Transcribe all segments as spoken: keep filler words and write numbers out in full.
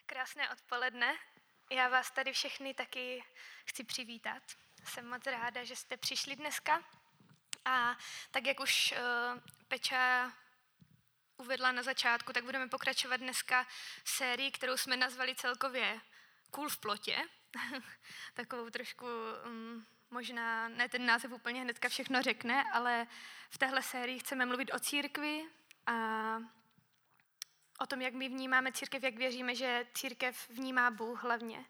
Krásné odpoledne. Já vás tady všechny taky chci přivítat. Jsem moc ráda, že jste přišli dneska. A tak, jak už uh, Peča uvedla na začátku, tak budeme pokračovat dneska v sérii, kterou jsme nazvali celkově Kůl v plotě. Takovou trošku, um, možná ne ten název úplně hnedka všechno řekne, ale v téhle sérii chceme mluvit o církvi a o tom, jak my vnímáme církev, jak věříme, že církev vnímá Bůh hlavně.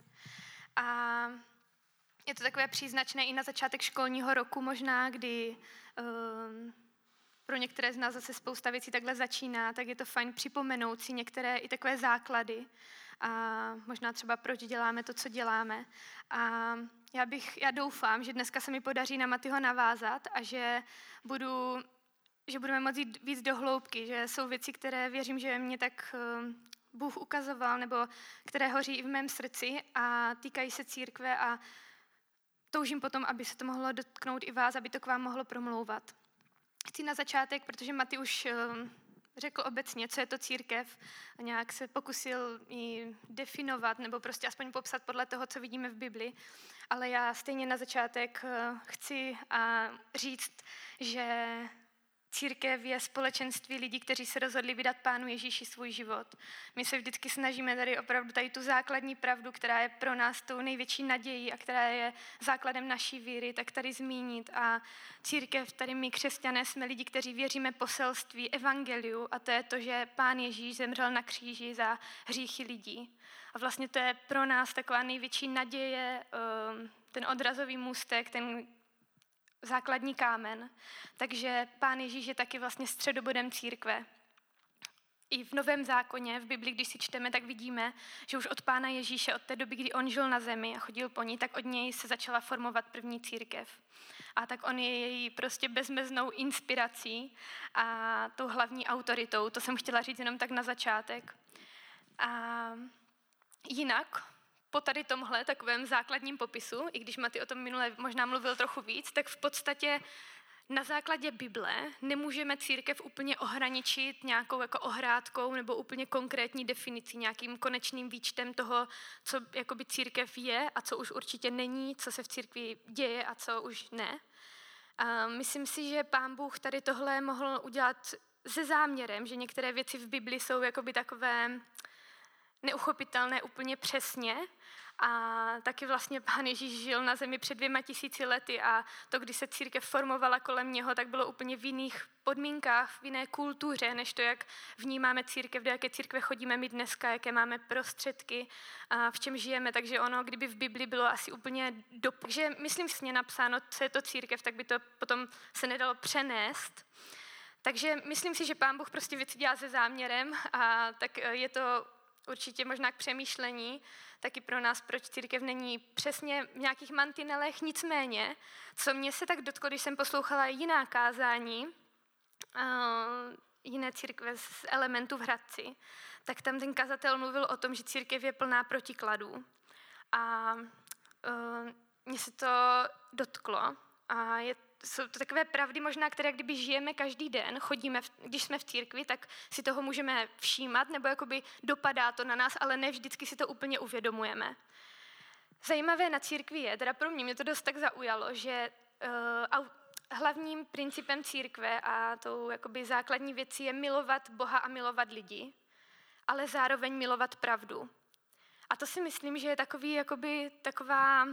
A je to takové příznačné i na začátek školního roku možná, kdy um, pro některé z nás zase spousta věcí takhle začíná, tak je to fajn připomenout si některé i takové základy a možná třeba proč děláme to, co děláme. A já bych, já doufám, že dneska se mi podaří na Matyho navázat a že budu že budeme moct jít víc do hloubky, že jsou věci, které věřím, že mě tak Bůh ukazoval, nebo které hoří i v mém srdci a týkají se církve a toužím potom, aby se to mohlo dotknout i vás, aby to k vám mohlo promlouvat. Chci na začátek, protože Maty už řekl obecně, co je to církev, a nějak se pokusil ji definovat, nebo prostě aspoň popsat podle toho, co vidíme v Bibli, ale já stejně na začátek chci a říct, že církev je společenství lidí, kteří se rozhodli vydat Pánu Ježíši svůj život. My se vždycky snažíme tady opravdu tady tu základní pravdu, která je pro nás tou největší nadějí a která je základem naší víry, tak tady zmínit. A církev, tady my křesťané jsme lidi, kteří věříme poselství, evangeliu, a to je to, že Pán Ježíš zemřel na kříži za hříchy lidí. A vlastně to je pro nás taková největší naděje, ten odrazový můstek, ten základní kámen. Takže Pán Ježíš je taky vlastně středobodem církve. I v Novém zákoně, v Bibli, když si čteme, tak vidíme, že už od Pána Ježíše, od té doby, kdy on žil na zemi a chodil po ní, tak od něj se začala formovat první církev. A tak on je její prostě bezmeznou inspirací a tou hlavní autoritou. To jsem chtěla říct jenom tak na začátek. A jinak po tady tomhle takovém základním popisu, i když Maty o tom minule možná mluvil trochu víc, tak v podstatě na základě Bible nemůžeme církev úplně ohraničit nějakou jako ohrádkou nebo úplně konkrétní definicí, nějakým konečným výčtem toho, co jakoby církev je a co už určitě není, co se v církvi děje a co už ne. A myslím si, že Pán Bůh tady tohle mohl udělat se záměrem, že některé věci v Bibli jsou jakoby takové neuchopitelné úplně přesně a taky vlastně Pán Ježíš žil na zemi před dvěma tisíci lety a to, když se církev formovala kolem něho, tak bylo úplně v jiných podmínkách, v jiné kultuře, než to, jak vnímáme církev, do jaké církve chodíme my dneska, jaké máme prostředky a v čem žijeme. Takže ono, kdyby v Bibli bylo asi úplně do... Takže myslím, že je napsáno, co je to církev, tak by to potom se nedalo přenést. Takže myslím si, že Pán Bůh prostě věci dělá se záměrem a tak je to určitě možná k přemýšlení, taky pro nás, proč církev není přesně v nějakých mantinelech, nicméně, co mě se tak dotklo, když jsem poslouchala jiná kázání, uh, jiné církve z Elementu v Hradci, tak tam ten kazatel mluvil o tom, že církev je plná protikladů. A uh, mně se to dotklo a je jsou to takové pravdy možná, které kdyby žijeme každý den, chodíme, v, když jsme v církvi, tak si toho můžeme všímat, nebo jakoby dopadá to na nás, ale ne vždycky si to úplně uvědomujeme. Zajímavé na církvi je, teda pro mě mě to dost tak zaujalo, že uh, hlavním principem církve a tou jakoby základní věcí je milovat Boha a milovat lidi, ale zároveň milovat pravdu. A to si myslím, že je takový, jakoby, taková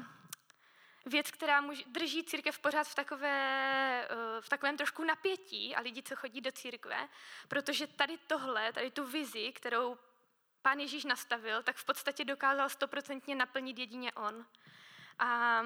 věc, která muž, drží církev pořád v, takové, v takovém trošku napětí a lidi, co chodí do církve, protože tady tohle, tady tu vizi, kterou Pán Ježíš nastavil, tak v podstatě dokázal stoprocentně naplnit jedině on. A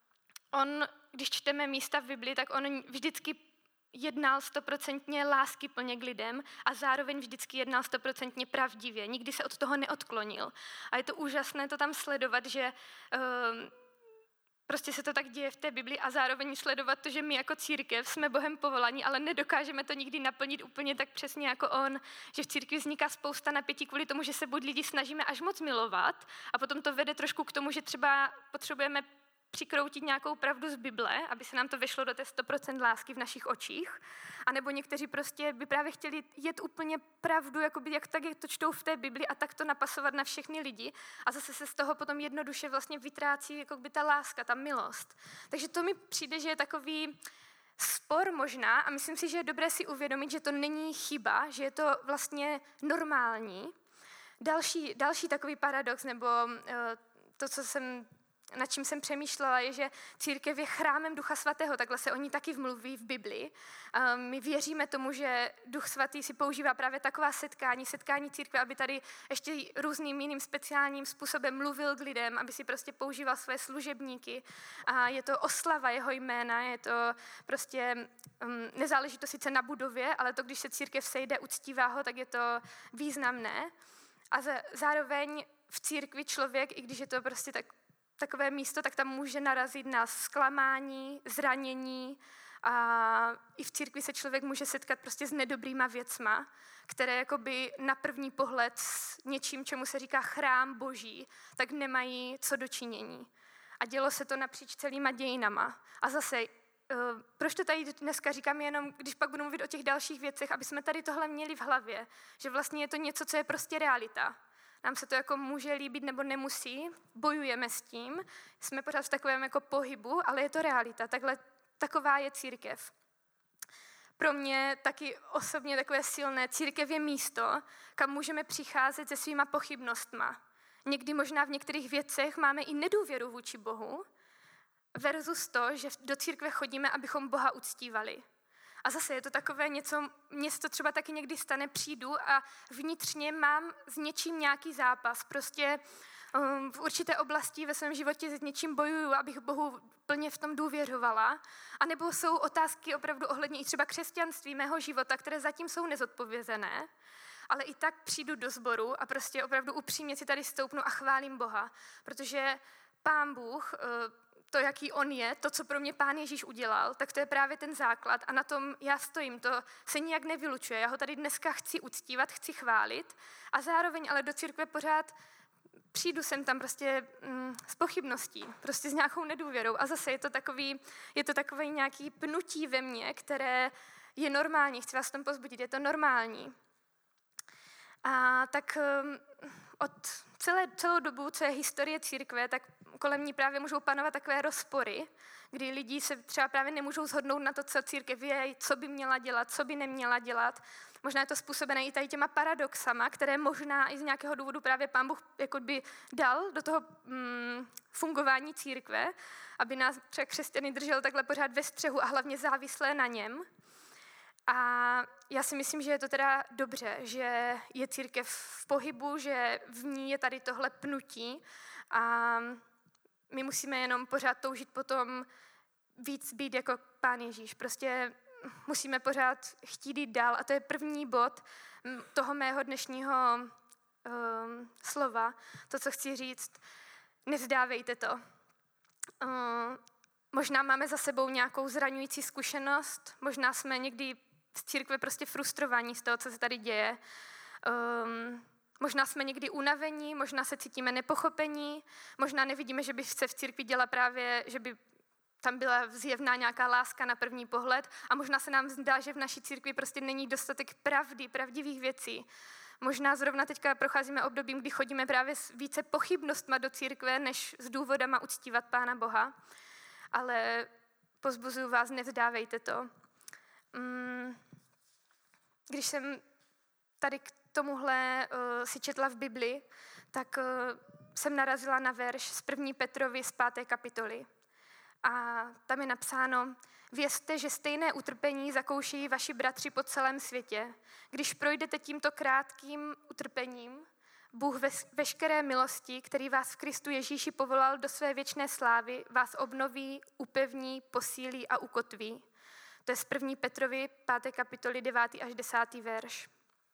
on, když čteme místa v Bibli, tak on vždycky jednal stoprocentně láskyplně k lidem a zároveň vždycky jednal stoprocentně pravdivě. Nikdy se od toho neodklonil. A je to úžasné to tam sledovat, že uh, prostě se to tak děje v té Bibli a zároveň sledovat to, že my jako církev jsme Bohem povolaní, ale nedokážeme to nikdy naplnit úplně tak přesně jako on, že v církvi vzniká spousta napětí kvůli tomu, že se buď lidi snažíme až moc milovat a potom to vede trošku k tomu, že třeba potřebujeme přikroutit nějakou pravdu z Bible, aby se nám to vešlo do té sto procent lásky v našich očích. A nebo někteří prostě by právě chtěli jet úplně pravdu, jakoby jak tak, jak to čtou v té Bibli a tak to napasovat na všechny lidi. A zase se z toho potom jednoduše vlastně vytrácí jakoby ta láska, ta milost. Takže to mi přijde, že je takový spor možná a myslím si, že je dobré si uvědomit, že to není chyba, že je to vlastně normální. Další, další takový paradox, nebo uh, to, co jsem, nad čím jsem přemýšlela, je, že církev je chrámem Ducha Svatého, takhle se o ní taky mluví v Biblii. Uh, my věříme tomu, že Duch Svatý si používá právě taková setkání, setkání církve, aby tady ještě různým jiným speciálním způsobem mluvil k lidem, aby si prostě používal své služebníky. A je to oslava jeho jména, je to prostě, um, nezáleží to sice na budově, ale to, když se církev sejde, uctívá ho, tak je to významné. A zároveň v církvi člověk, i když je to prostě tak, takové místo, tak tam může narazit na zklamání, zranění a i v církvi se člověk může setkat prostě s nedobrýma věcma, které jakoby na první pohled s něčím, čemu se říká chrám Boží, tak nemají co dočinění. A dělo se to napříč celýma dějinama. A zase, Uh, proč to tady dneska říkám jenom, když pak budu mluvit o těch dalších věcech, aby jsme tady tohle měli v hlavě, že vlastně je to něco, co je prostě realita. Nám se to jako může líbit nebo nemusí, bojujeme s tím, jsme pořád v takovém jako pohybu, ale je to realita, takhle, taková je církev. Pro mě taky osobně takové silné, církev je místo, kam můžeme přicházet se svýma pochybnostma. Někdy možná v některých věcech máme i nedůvěru vůči Bohu, versus to, že do církve chodíme, abychom Boha uctívali. A zase je to takové něco, mně se to třeba taky někdy stane, přijdu a vnitřně mám s něčím nějaký zápas. Prostě um, v určité oblasti ve svém životě s něčím bojuju, abych Bohu plně v tom důvěřovala. A nebo jsou otázky opravdu ohledně i třeba křesťanství mého života, které zatím jsou nezodpovězené. Ale i tak přijdu do sboru a prostě opravdu upřímně si tady stoupnu a chválím Boha. Protože Pán Bůh, to, jaký on je, to, co pro mě Pán Ježíš udělal, tak to je právě ten základ a na tom já stojím. To se nijak nevylučuje. Já ho tady dneska chci uctívat, chci chválit a zároveň ale do církve pořád přijdu sem tam prostě mm, s pochybností, prostě s nějakou nedůvěrou a zase je to takový, je to takový nějaký pnutí ve mně, které je normální, chci vás v tom povzbudit, je to normální. A tak um, od celé, celou dobu, co je historie církve, tak kolem ní právě můžou panovat takové rozpory, kdy lidi se třeba právě nemůžou shodnout na to, co církev je, co by měla dělat, co by neměla dělat. Možná je to způsobené i tady těma paradoxama, které možná i z nějakého důvodu právě Pán Bůh jako by dal do toho mm, fungování církve, aby nás třeba křesťany držel takhle pořád ve střehu a hlavně závislé na něm. A já si myslím, že je to teda dobře, že je církev v pohybu, že v ní je tady tohle pnutí a my musíme jenom pořád toužit potom víc být jako Pán Ježíš. Prostě musíme pořád chtít jít dál a to je první bod toho mého dnešního um, slova. To, co chci říct, nevzdávejte to. Um, možná máme za sebou nějakou zraňující zkušenost, možná jsme někdy z církve prostě frustrovaní z toho, co se tady děje. Um, možná jsme někdy unavení, možná se cítíme nepochopení, možná nevidíme, že by se v církvi děla právě, že by tam byla zjevná nějaká láska na první pohled a možná se nám zdá, že v naší církvi prostě není dostatek pravdy, pravdivých věcí. Možná zrovna teďka procházíme obdobím, kdy chodíme právě s více pochybnostma do církve, než s důvodama uctívat Pána Boha. Ale pozbuzuju vás, nevzdávejte to. Když jsem tady k tomuhle uh, si četla v Bibli, tak uh, jsem narazila na verš z první Petrovi z páté kapitoly. A tam je napsáno, vězte, že stejné utrpení zakoušejí vaši bratři po celém světě. Když projdete tímto krátkým utrpením, Bůh ve, veškeré milosti, který vás v Kristu Ježíši povolal do své věčné slávy, vás obnoví, upevní, posílí a ukotví. To je z první Petrovi páté kapitoly devátý až desátý verš.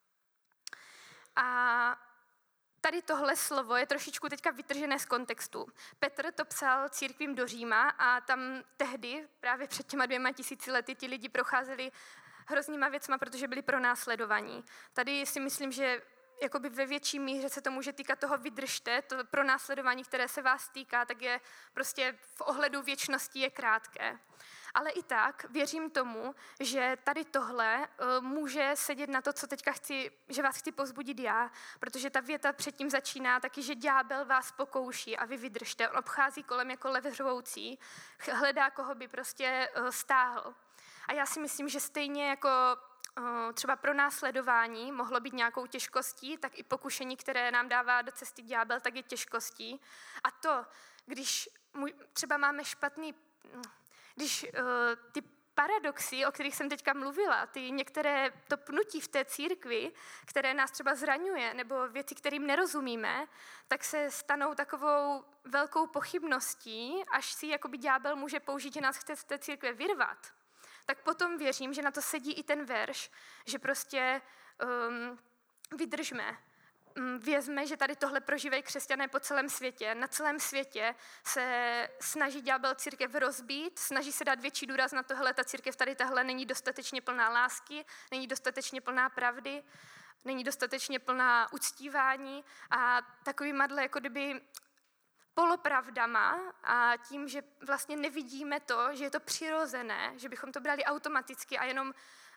A tady tohle slovo je trošičku teďka vytržené z kontextu. Petr to psal církvím do Říma a tam tehdy, právě před těma dvěma tisíci lety, ti lidi procházeli hroznýma věcma, protože byli pronásledovaní. Tady si myslím, že jakoby ve větší míře se to může týkat toho vydržte, to pronásledování, které se vás týká, tak je prostě v ohledu věčnosti je krátké. Ale i tak věřím tomu, že tady tohle uh, může sedět na to, co teďka chci, že vás chci povzbudit já, protože ta věta předtím začíná taky, že ďábel vás pokouší a vy vydržte. On obchází kolem jako lev řvoucí, hledá, koho by prostě uh, stáhl. A já si myslím, že stejně jako uh, třeba pro následování mohlo být nějakou těžkostí, tak i pokušení, které nám dává do cesty ďábel, tak je těžkostí. A to, když můj, třeba máme špatný... Když uh, ty paradoxy, o kterých jsem teďka mluvila, ty některé to pnutí v té církvi, které nás třeba zraňuje, nebo věci, kterým nerozumíme, tak se stanou takovou velkou pochybností, až si jakoby ďábel může použít, že nás chce z té církve vyrvat. Tak potom věřím, že na to sedí i ten verš, že prostě um, vydržme. Vězme, že tady tohle prožívají křesťané po celém světě. Na celém světě se snaží ďábel církev rozbít, snaží se dát větší důraz na tohle, ta církev tady tahle není dostatečně plná lásky, není dostatečně plná pravdy, není dostatečně plná uctívání a takový madle jako kdyby polopravdama a tím, že vlastně nevidíme to, že je to přirozené, že bychom to brali automaticky a jenom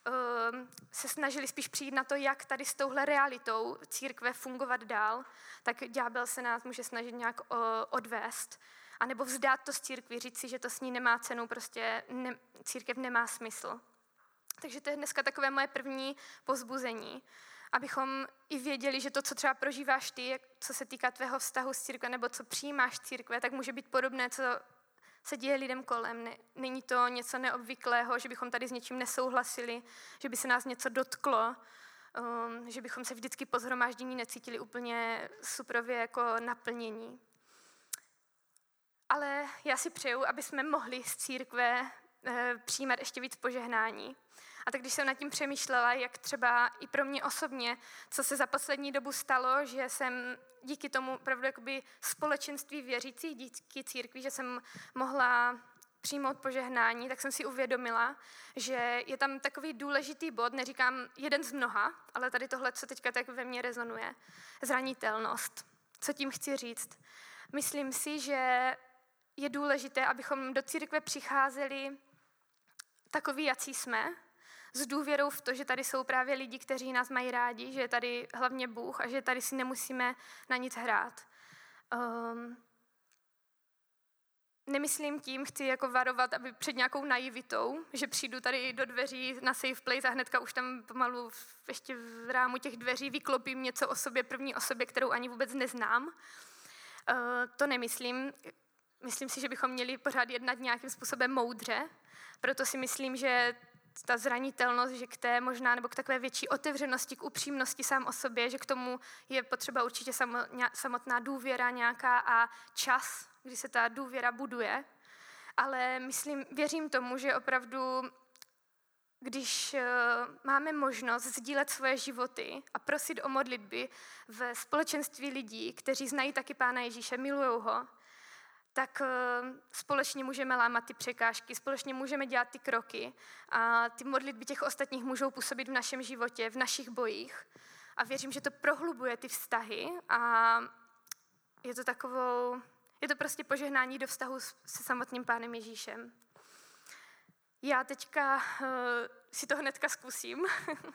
se snažili spíš přijít na to, jak tady s touhle realitou církve fungovat dál, tak ďábel se nás může snažit nějak odvést. A nebo vzdát to z církvi, říct si, že to s ní nemá cenu, prostě ne, církev nemá smysl. Takže to je dneska takové moje první povzbuzení, abychom i věděli, že to, co třeba prožíváš ty, co se týká tvého vztahu s církve, nebo co přijímáš církve, tak může být podobné, co se děje lidem kolem. Ne, není to něco neobvyklého, že bychom tady s něčím nesouhlasili, že by se nás něco dotklo, um, že bychom se vždycky po shromáždění necítili úplně suprově jako naplnění. Ale já si přeju, aby jsme mohli z církve eh, přijímat ještě víc požehnání. A tak když jsem nad tím přemýšlela, jak třeba i pro mě osobně, co se za poslední dobu stalo, že jsem díky tomu opravdu jakoby společenství věřících, díky církvi, že jsem mohla přijmout požehnání, tak jsem si uvědomila, že je tam takový důležitý bod, neříkám jeden z mnoha, ale tady tohle, co teďka tak ve mně rezonuje, zranitelnost. Co tím chci říct? Myslím si, že je důležité, abychom do církve přicházeli takový, jací jsme, s důvěrou v to, že tady jsou právě lidi, kteří nás mají rádi, že je tady hlavně Bůh a že tady si nemusíme na nic hrát. Um, nemyslím tím, chci jako varovat, aby před nějakou naivitou, že přijdu tady do dveří na Safe Place a hnedka už tam pomalu ještě v rámu těch dveří vyklopím něco o sobě, první osobě, kterou ani vůbec neznám. Uh, to nemyslím. Myslím si, že bychom měli pořád jednat nějakým způsobem moudře, proto si myslím, že ta zranitelnost, že k té možná, nebo k takové větší otevřenosti, k upřímnosti sám o sobě, že k tomu je potřeba určitě samotná důvěra nějaká a čas, kdy se ta důvěra buduje. Ale myslím, věřím tomu, že opravdu, když máme možnost sdílet svoje životy a prosit o modlitby ve společenství lidí, kteří znají taky Pána Ježíše, milujou ho, tak společně můžeme lámat ty překážky, společně můžeme dělat ty kroky a ty modlitby těch ostatních můžou působit v našem životě, v našich bojích. A věřím, že to prohlubuje ty vztahy a je to takovou, je to prostě požehnání do vztahu se samotným Pánem Ježíšem. Já teďka uh, si to hnedka zkusím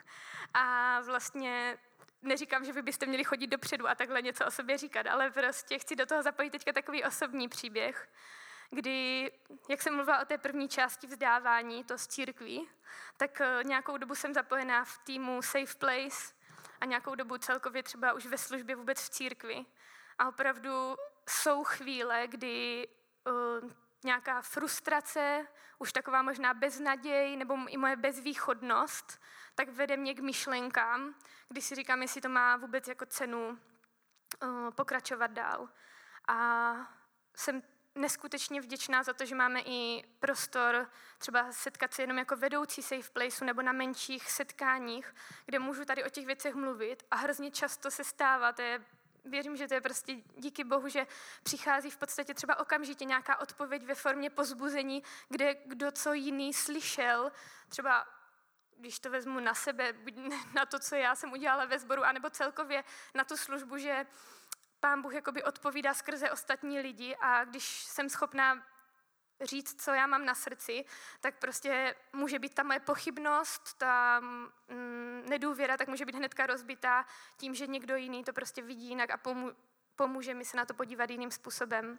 a vlastně neříkám, že vy byste měli chodit dopředu a takhle něco o sobě říkat, ale prostě chci do toho zapojit teďka takový osobní příběh, kdy, jak jsem mluvila o té první části vzdávání, to z církví, tak nějakou dobu jsem zapojená v týmu Safe Place a nějakou dobu celkově třeba už ve službě vůbec v církvi. A opravdu jsou chvíle, kdy uh, nějaká frustrace, už taková možná beznaděj nebo i moje bezvýchodnost, tak vede mě k myšlenkám, kdy si říkám, jestli to má vůbec jako cenu uh, pokračovat dál. A jsem neskutečně vděčná za to, že máme i prostor třeba setkat se jenom jako vedoucí Safe Placeu nebo na menších setkáních, kde můžu tady o těch věcech mluvit a hrozně často se stává, to je věřím, že to je prostě díky Bohu, že přichází v podstatě třeba okamžitě nějaká odpověď ve formě povzbuzení, kde kdo co jiný slyšel, třeba když to vezmu na sebe, na to, co já jsem udělala ve sboru, anebo celkově na tu službu, že Pán Bůh jakoby odpovídá skrze ostatní lidi a když jsem schopná říct, co já mám na srdci, tak prostě může být ta moje pochybnost, ta mm, nedůvěra, tak může být hnedka rozbitá tím, že někdo jiný to prostě vidí jinak a pomů- pomůže mi se na to podívat jiným způsobem.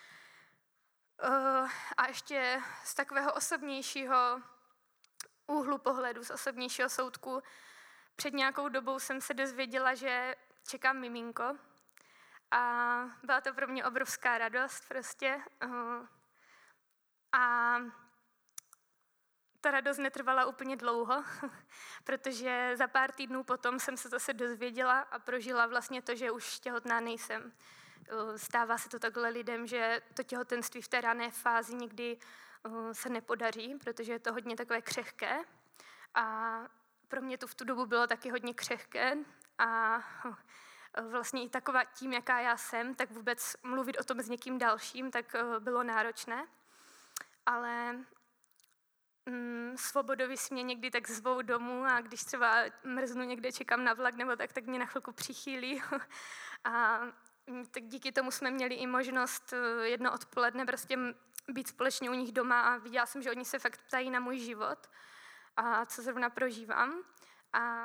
Uh, a ještě z takového osobnějšího úhlu pohledu, z osobnějšího soudku, před nějakou dobou jsem se dozvěděla, že čekám miminko a byla to pro mě obrovská radost prostě. Uh, A ta radost netrvala úplně dlouho, protože za pár týdnů potom jsem se zase dozvěděla a prožila vlastně to, že už těhotná nejsem. Stává se to takhle lidem, že to těhotenství v té rané fázi nikdy se nepodaří, protože je to hodně takové křehké. A pro mě to v tu dobu bylo taky hodně křehké a vlastně i taková tím, jaká já jsem, tak vůbec mluvit o tom s někým dalším, tak bylo náročné. Ale mm, svobodovi si mě někdy tak zvou domů a když třeba mrznu někde, čekám na vlak nebo tak, tak mě na chvilku přichýlí. A tak díky tomu jsme měli i možnost jedno odpoledne prostě být společně u nich doma a viděla jsem, že oni se fakt ptají na můj život a co zrovna prožívám. A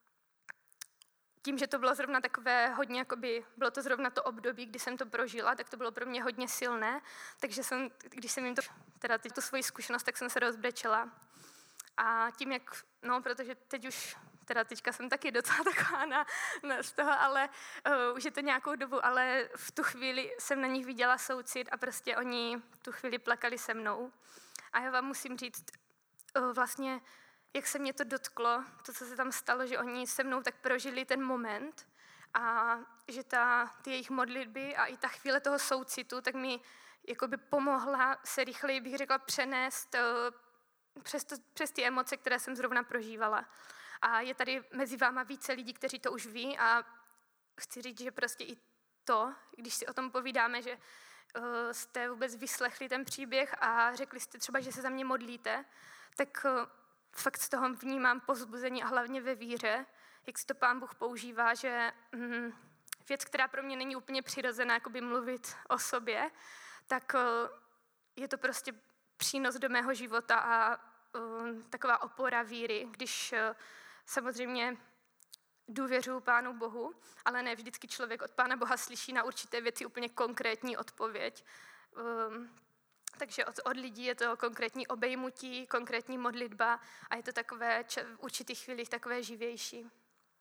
tím, že to bylo zrovna takové hodně, jakoby, bylo to zrovna to období, kdy jsem to prožila, tak to bylo pro mě hodně silné, takže jsem, když jsem jim to, teda teď tu svoji zkušenost, tak jsem se rozbrečela. A tím, jak, no, protože teď už, teda teďka jsem taky docela taková na, na z toho, ale uh, už je to nějakou dobu, ale v tu chvíli jsem na nich viděla soucit a prostě oni v tu chvíli plakali se mnou. A já vám musím říct, uh, vlastně, jak se mě to dotklo, to, co se tam stalo, že oni se mnou tak prožili ten moment a že ta, ty jejich modlitby a i ta chvíle toho soucitu, tak mi jakoby pomohla se rychleji, bych řekla, přenést uh, přes, to, přes ty emoce, které jsem zrovna prožívala. A je tady mezi váma více lidí, kteří to už ví a chci říct, že prostě i to, když si o tom povídáme, že uh, jste vůbec vyslechli ten příběh a řekli jste třeba, že se za mě modlíte, tak uh, fakt z toho vnímám povzbuzení a hlavně ve víře, jak si to Pán Bůh používá, že mm, věc, která pro mě není úplně přirozená, jakoby mluvit o sobě, tak uh, je to prostě přínos do mého života a uh, taková opora víry, když uh, samozřejmě důvěřuju Pánu Bohu, ale ne vždycky člověk od Pána Boha slyší na určité věci úplně konkrétní odpověď. Um, Takže od, od lidí je to konkrétní obejmutí, konkrétní modlitba a je to takové v určitých chvílích takové živější.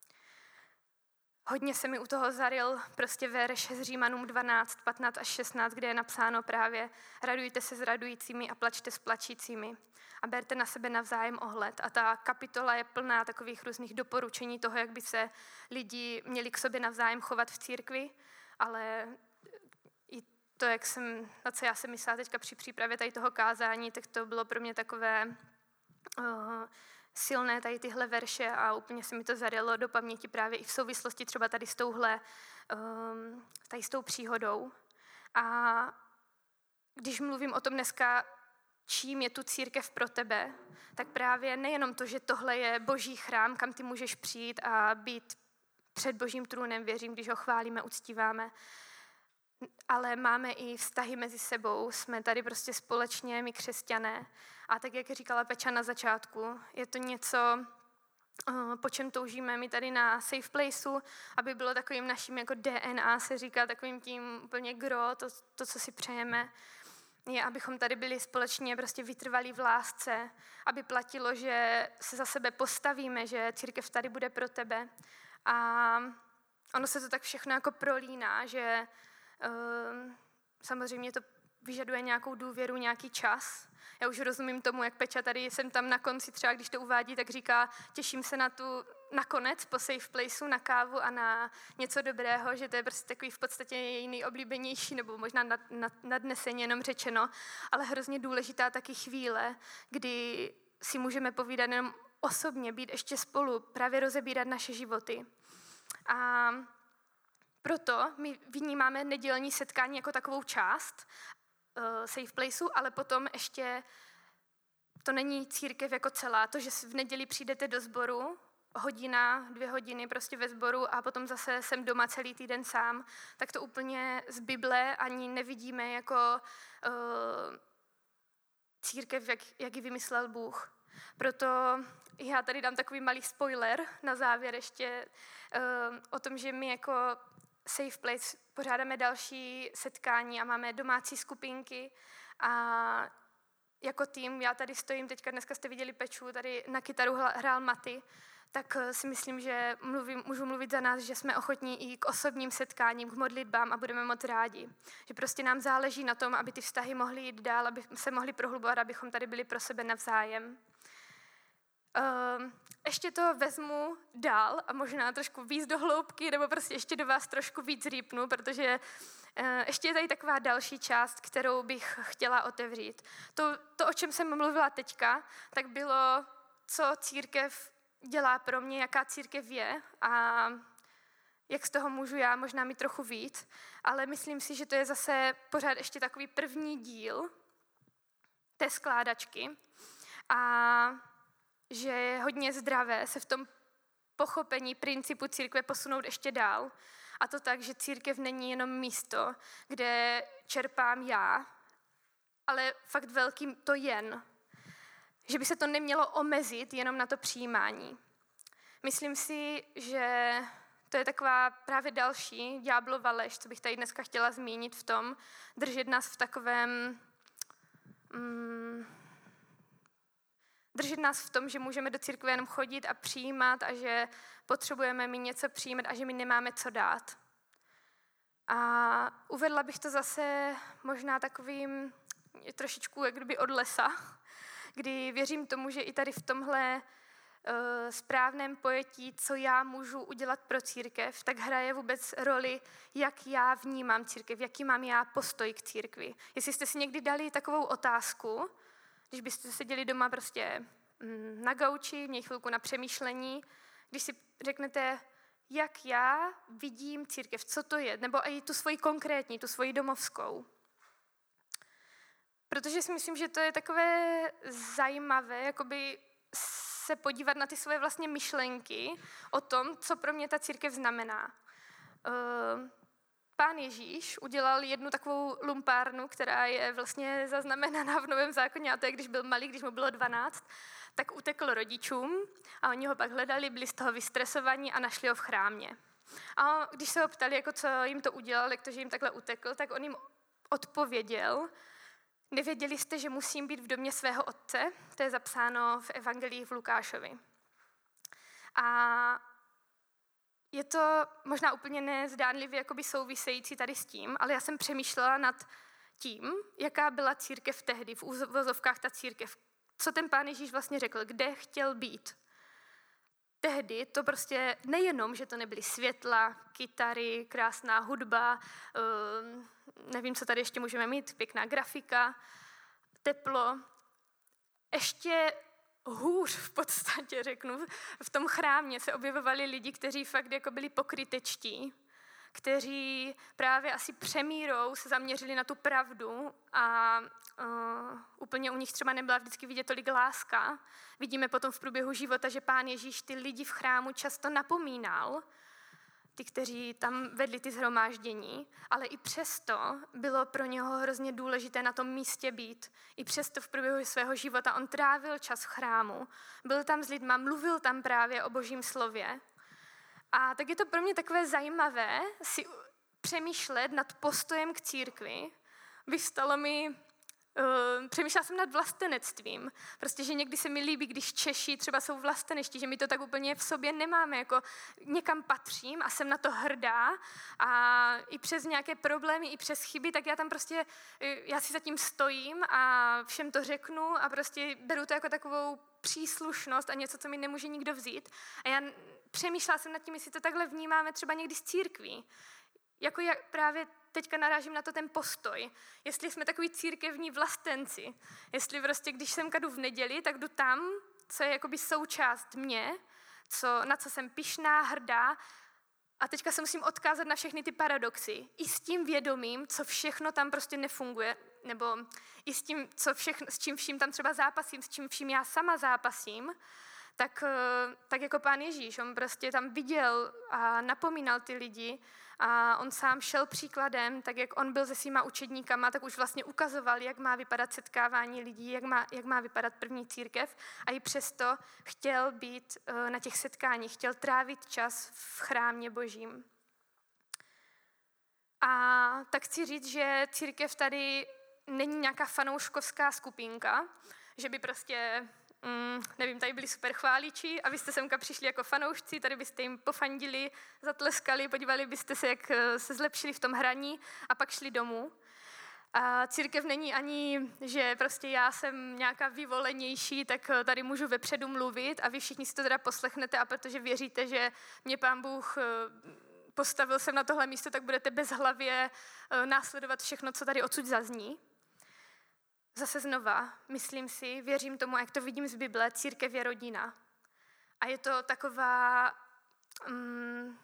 Hodně se mi u toho zaryl prostě verš z Římanům dvanáct, patnáct až šestnáct, kde je napsáno právě radujte se s radujícími a plačte s plačícími a berte na sebe navzájem ohled. A ta kapitola je plná takových různých doporučení toho, jak by se lidi měli k sobě navzájem chovat v církvi, ale i to, jak jsem, na co já jsem myslela teďka při přípravě tady toho kázání, tak to bylo pro mě takové uh, silné tady tyhle verše a úplně se mi to zarylo do paměti právě i v souvislosti třeba tady s touhle, um, tady s tou příhodou. A když mluvím o tom dneska, čím je tu církev pro tebe, tak právě nejenom to, že tohle je boží chrám, kam ty můžeš přijít a být před božím trůnem, věřím, když ho chválíme, uctíváme, ale máme i vztahy mezi sebou, jsme tady prostě společně, my křesťané. A tak, jak říkala Peča na začátku, je to něco, po čem toužíme my tady na Safe Placeu, aby bylo takovým naším jako D N A, se říká, takovým tím úplně gro, to, to co si přejeme, je, abychom tady byli společně prostě vytrvalí v lásce, aby platilo, že se za sebe postavíme, že církev tady bude pro tebe. A ono se to tak všechno jako prolíná, že Uh, samozřejmě to vyžaduje nějakou důvěru, nějaký čas. Já už rozumím tomu, jak Peča tady jsem tam na konci, třeba když to uvádí, tak říká, těším se na tu nakonec po Safe Placeu, na kávu a na něco dobrého, že to je prostě takový v podstatě její nejoblíbenější, nebo možná nad, nad, nadneseně jenom řečeno, ale hrozně důležitá taky chvíle, kdy si můžeme povídat jenom osobně, být ještě spolu, právě rozebírat naše životy. A proto my vnímáme nedělní setkání jako takovou část uh, Safe Placeu, ale potom ještě to není církev jako celá. To, že v neděli přijdete do sboru, hodina, dvě hodiny prostě ve sboru a potom zase jsem doma celý týden sám, tak to úplně z Bible ani nevidíme jako uh, církev, jak, jak ji vymyslel Bůh. Proto já tady dám takový malý spoiler na závěr ještě uh, o tom, že my jako Safe Place pořádáme další setkání a máme domácí skupinky a jako tým, já tady stojím, teďka dneska jste viděli Peču, tady na kytaru hrál Maty, tak si myslím, že mluvím, můžu mluvit za nás, že jsme ochotní i k osobním setkáním, k modlitbám a budeme moc rádi. Že prostě nám záleží na tom, aby ty vztahy mohly jít dál, aby se mohli prohlubovat, abychom tady byli pro sebe navzájem. Uh, ještě to vezmu dál a možná trošku víc do hloubky, nebo prostě ještě do vás trošku víc rýpnu, protože uh, ještě je tady taková další část, kterou bych chtěla otevřít. To, to, o čem jsem mluvila teďka, tak bylo, co církev dělá pro mě, jaká církev je a jak z toho můžu já možná mít trochu víc, ale myslím si, že to je zase pořád ještě takový první díl té skládačky a že je hodně zdravé se v tom pochopení principu církve posunout ještě dál. A to tak, že církev není jenom místo, kde čerpám já, ale fakt velkým to jen. Že by se to nemělo omezit jenom na to přijímání. Myslím si, že to je taková právě další ďáblova lež, co bych tady dneska chtěla zmínit v tom, držet nás v takovém... Mm, držet nás v tom, že můžeme do církve jenom chodit a přijímat a že potřebujeme mi něco přijímat a že mi nemáme co dát. A uvedla bych to zase možná takovým trošičku jak kdyby od lesa, kdy věřím tomu, že i tady v tomhle uh, správném pojetí, co já můžu udělat pro církev, tak hraje vůbec roli, jak já vnímám církev, jaký mám já postoj k církvi. Jestli jste si někdy dali takovou otázku, když byste seděli doma prostě mm, na gauči, měli chvilku na přemýšlení, když si řeknete, jak já vidím církev, co to je, nebo i tu svoji konkrétní, tu svoji domovskou. Protože si myslím, že to je takové zajímavé, jakoby se podívat na ty svoje vlastně myšlenky o tom, co pro mě ta církev znamená. Uh, Pán Ježíš udělal jednu takovou lumpárnu, která je vlastně zaznamenaná v Novém zákoně, a to je, když byl malý, když mu bylo dvanáct, tak utekl rodičům a oni ho pak hledali, byli z toho vystresovaní a našli ho v chrámě. A když se ho ptali, jako co jim to udělal, jak to, že jim takhle utekl, tak on jim odpověděl, nevěděli jste, že musím být v domě svého otce? To je zapsáno v evangelii v Lukášovi. A je to možná úplně nezdánlivě jakoby související tady s tím, ale já jsem přemýšlela nad tím, jaká byla církev tehdy, v uvozovkách ta církev. Co ten Pán Ježíš vlastně řekl, kde chtěl být. Tehdy to prostě nejenom, že to nebyly světla, kytary, krásná hudba, nevím, co tady ještě můžeme mít, pěkná grafika, teplo. Ještě hůř v podstatě, řeknu, v tom chrámě se objevovali lidi, kteří fakt jako byli pokrytečtí, kteří právě asi přemírou se zaměřili na tu pravdu a uh, úplně u nich třeba nebyla vždycky vidět tolik láska. Vidíme potom v průběhu života, že Pán Ježíš ty lidi v chrámu často napomínal, ty, kteří tam vedli ty shromáždění, ale i přesto bylo pro něho hrozně důležité na tom místě být. I přesto v průběhu svého života on trávil čas v chrámu, byl tam s lidma, mluvil tam právě o Božím slově. A tak je to pro mě takové zajímavé si přemýšlet nad postojem k církvi. Vyvstalo mi, uh, přemýšlela jsem nad vlastenectvím. Prostě, že někdy se mi líbí, když Češi třeba jsou vlastenečtí, že my to tak úplně v sobě nemáme, jako někam patřím a jsem na to hrdá a i přes nějaké problémy, i přes chyby, tak já tam prostě, já si za tím stojím a všem to řeknu a prostě beru to jako takovou příslušnost a něco, co mi nemůže nikdo vzít. A já přemýšlela jsem nad tím, jestli to takhle vnímáme třeba někdy z církví. Jako jak právě teďka narážím na to ten postoj. Jestli jsme takový církevní vlastenci. Jestli prostě, když jsem jdu v neděli, tak jdu tam, co je jakoby součást mě, co, na co jsem pyšná, hrdá. A teďka se musím odkázat na všechny ty paradoxy. I s tím vědomím, co všechno tam prostě nefunguje. nebo i s tím, co všechno, s čím vším tam třeba zápasím, s čím vším já sama zápasím, tak, tak jako Pán Ježíš, on prostě tam viděl a napomínal ty lidi a on sám šel příkladem, tak jak on byl se svýma učedníkama, tak už vlastně ukazoval, jak má vypadat setkávání lidí, jak má, jak má vypadat první církev a i přesto chtěl být na těch setkáních, chtěl trávit čas v chrámě Božím. A tak chci říct, že církev tady není nějaká fanouškovská skupinka, že by prostě, mm, nevím, tady byli super chváliči a vy jste semka přišli jako fanoušci, tady byste jim pofandili, zatleskali, podívali byste se, jak se zlepšili v tom hraní a pak šli domů. A církev není ani, že prostě já jsem nějaká vyvolenější, tak tady můžu vepředu mluvit a vy všichni si to teda poslechnete a protože věříte, že mě Pán Bůh postavil jsem na tohle místo, tak budete bezhlavě následovat všechno, co tady odsud zazní. Zase znova, myslím si, věřím tomu, jak to vidím z Bible, církev je rodina. A je to taková um,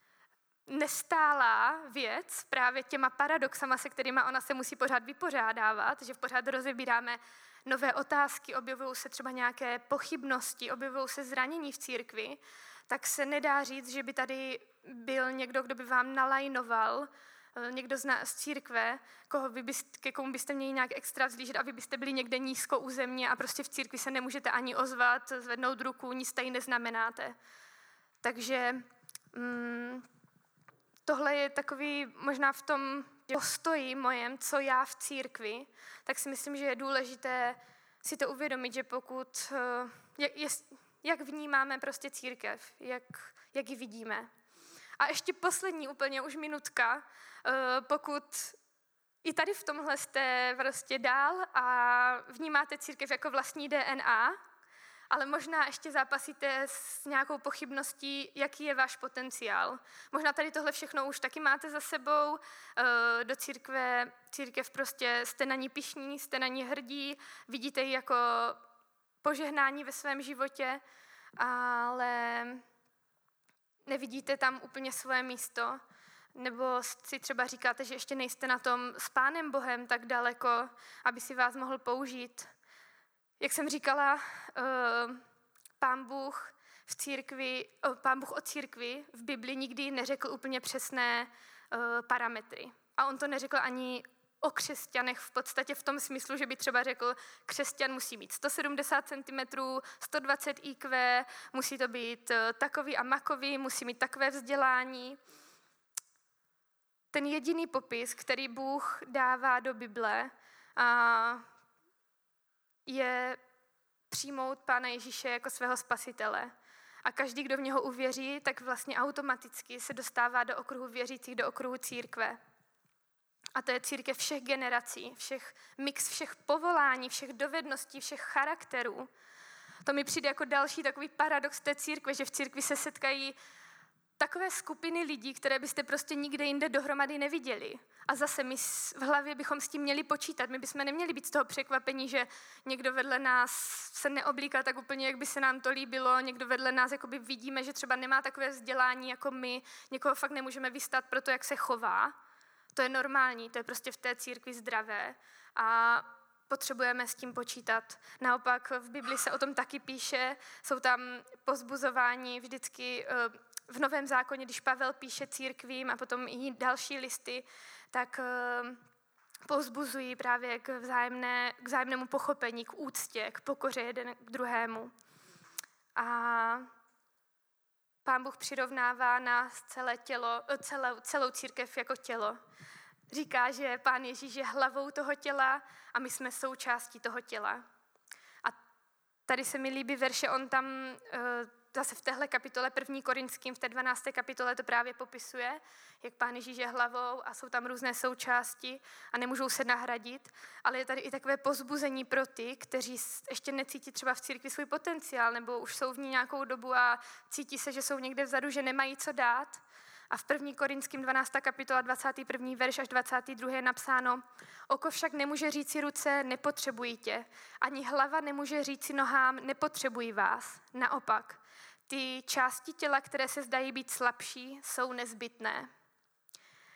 nestálá věc právě těma paradoxama, se kterýma ona se musí pořád vypořádávat, že pořád rozebíráme nové otázky, objevují se třeba nějaké pochybnosti, objevují se zranění v církvi, tak se nedá říct, že by tady byl někdo, kdo by vám nalajnoval, někdo z, z církve, koho vy byste, ke komu byste měli nějak extra vzlížet a vy byste byli někde nízko u země a prostě v církvi se nemůžete ani ozvat, zvednout ruku, nic tady neznamenáte. Takže mm, tohle je takový možná v tom postoji mojem, co já v církvi, tak si myslím, že je důležité si to uvědomit, že pokud, jak, je, jak vnímáme prostě církev, jak, jak ji vidíme. A ještě poslední úplně už minutka, pokud i tady v tomhle jste prostě dál a vnímáte církev jako vlastní D N A, ale možná ještě zápasíte s nějakou pochybností, jaký je váš potenciál. Možná tady tohle všechno už taky máte za sebou, do církve, církev prostě jste na ní pyšní, jste na ní hrdí, vidíte ji jako požehnání ve svém životě, ale nevidíte tam úplně svoje místo, nebo si třeba říkáte, že ještě nejste na tom s Pánem Bohem tak daleko, aby si vás mohl použít. Jak jsem říkala, Pán Bůh v církvi, Pán Bůh o církvi v Bibli nikdy neřekl úplně přesné parametry. A on to neřekl ani o křesťanech v podstatě v tom smyslu, že by třeba řekl, křesťan musí mít sto sedmdesát centimetrů, sto dvacet í kvé, musí to být takový a makový, musí mít takové vzdělání. Ten jediný popis, který Bůh dává do Bible, a je přijmout Pána Ježíše jako svého spasitele. A každý, kdo v něho uvěří, tak vlastně automaticky se dostává do okruhu věřících, do okruhu církve. A to je církev všech generací, všech mix všech povolání, všech dovedností, všech charakterů. To mi přijde jako další takový paradox té církve, že v církvi se setkají takové skupiny lidí, které byste prostě nikde jinde dohromady neviděli. A zase my v hlavě bychom s tím měli počítat. My bychom neměli být z toho překvapení, že někdo vedle nás se neoblíká tak úplně, jak by se nám to líbilo. Někdo vedle nás jakoby vidíme, že třeba nemá takové vzdělání jako my. Někoho fakt nemůžeme vystát pro to, jak se chová. To je normální, to je prostě v té církvi zdravé. A potřebujeme s tím počítat. Naopak v Bibli se o tom taky píše. Jsou tam povzbuzování vždycky v Novém zákoně, když Pavel píše církvím a potom i další listy, tak povzbuzují právě k, vzájemné, k vzájemnému pochopení, k úctě, k pokoře jeden k druhému. A Pán Bůh přirovnává nás celé tělo, celou, celou církev jako tělo. Říká, že Pán Ježíš je hlavou toho těla a my jsme součástí toho těla. A tady se mi líbí verše, on tam zase v téhle kapitole první Korinským, v té dvanácté kapitole to právě popisuje, jak Pán Ježíš je hlavou a jsou tam různé součásti a nemůžou se nahradit, ale je tady i takové povzbuzení pro ty, kteří ještě necítí třeba v církvi svůj potenciál nebo už jsou v ní nějakou dobu a cítí se, že jsou někde vzadu, že nemají co dát. A v první Korinským dvanácté kapitola dvacátý první verš až dvacátý druhý je napsáno: Oko však nemůže říci ruce, nepotřebují tě. Ani hlava nemůže říci nohám, nepotřebují vás. Naopak, ty části těla, které se zdají být slabší, jsou nezbytné.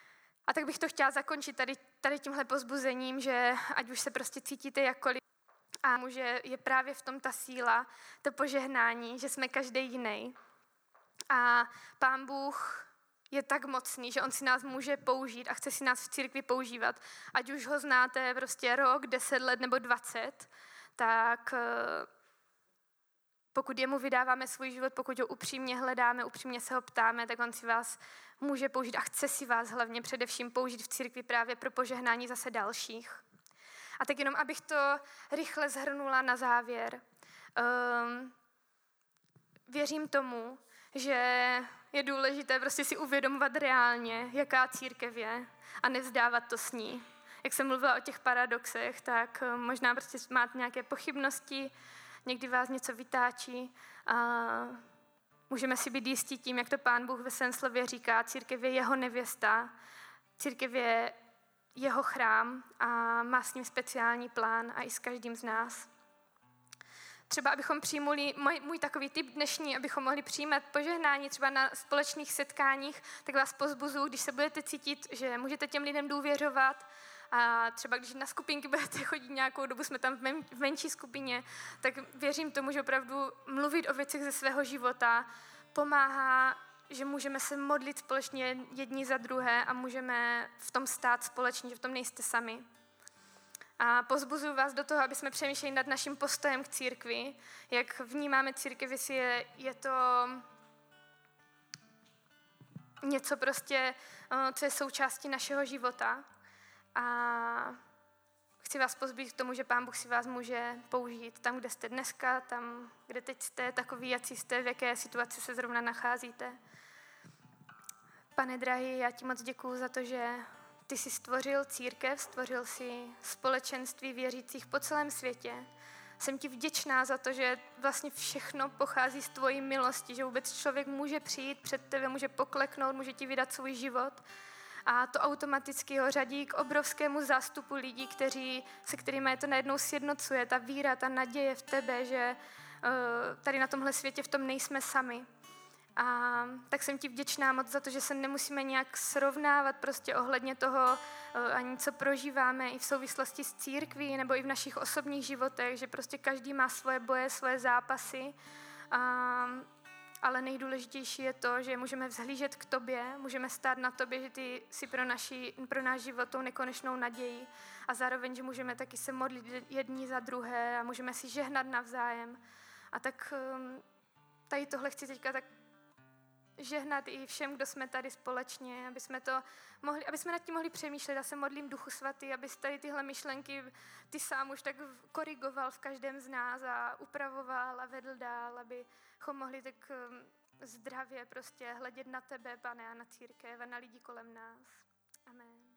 A tak bych to chtěla zakončit tady, tady tímhle povzbuzením, že ať už se prostě cítíte jakkoliv, a může, je právě v tom ta síla, to požehnání, že jsme každý jiný. A Pán Bůh je tak mocný, že on si nás může použít a chce si nás v církvi používat. Ať už ho znáte prostě rok, deset let nebo dvacet, tak pokud jemu vydáváme svůj život, pokud ho upřímně hledáme, upřímně se ho ptáme, tak on si vás může použít a chce si vás hlavně především použít v církvi právě pro požehnání zase dalších. A tak jenom, abych to rychle shrnula na závěr. Um, věřím tomu, že je důležité prostě si uvědomovat reálně, jaká církev je a nevzdávat to s ní. Jak jsem mluvila o těch paradoxech, tak možná prostě máte nějaké pochybnosti, někdy vás něco vytáčí a můžeme si být jistí tím, jak to Pán Bůh ve svém slově říká. Církev je jeho nevěsta, církev je jeho chrám a má s ním speciální plán a i s každým z nás. Třeba abychom přijmuli, můj, můj takový tip dnešní, abychom mohli přijímat požehnání třeba na společných setkáních, tak vás pozbuzuji, když se budete cítit, že můžete těm lidem důvěřovat a třeba když na skupinky budete chodit nějakou dobu, jsme tam v, men, v menší skupině, tak věřím tomu, že opravdu mluvit o věcech ze svého života pomáhá, že můžeme se modlit společně jedni za druhé a můžeme v tom stát společně, že v tom nejste sami. A pozbuzuji vás do toho, aby jsme přemýšleli nad naším postojem k církvi, jak vnímáme církev, jestli je, je to něco prostě, co je součástí našeho života. A chci vás pozbudit k tomu, že Pán Bůh si vás může použít tam, kde jste dneska, tam, kde teď jste, takový, jací jste, v jaké situaci se zrovna nacházíte. Pane drahý, já ti moc děkuju za to, že ty jsi stvořil církev, stvořil si společenství věřících po celém světě. Jsem ti vděčná za to, že vlastně všechno pochází z tvojí milosti, že vůbec člověk může přijít před tebe, může pokleknout, může ti vydat svůj život. A to automaticky ho řadí k obrovskému zástupu lidí, kteří, se kterými je to najednou sjednocuje, ta víra, ta naděje v tebe, že uh, tady na tomhle světě v tom nejsme sami. A tak jsem ti vděčná moc za to, že se nemusíme nějak srovnávat prostě ohledně toho, ani co prožíváme i v souvislosti s církví nebo i v našich osobních životech, že prostě každý má svoje boje, svoje zápasy, a, ale nejdůležitější je to, že můžeme vzhlížet k tobě, můžeme stát na tobě, že ty jsi pro, naši, pro náš život tou nekonečnou naději a zároveň, že můžeme taky se modlit jedni za druhé a můžeme si žehnat navzájem. A tak tady tohle chci teďka tak žehnat i všem, kdo jsme tady společně, aby jsme, to mohli, aby jsme nad tím mohli přemýšlet. Já se modlím Duchu Svatý, aby tady tyhle myšlenky ty sám už tak korigoval v každém z nás a upravoval a vedl dál, abychom mohli tak zdravě prostě hledět na tebe, Pane, a na církev a na lidi kolem nás. Amen.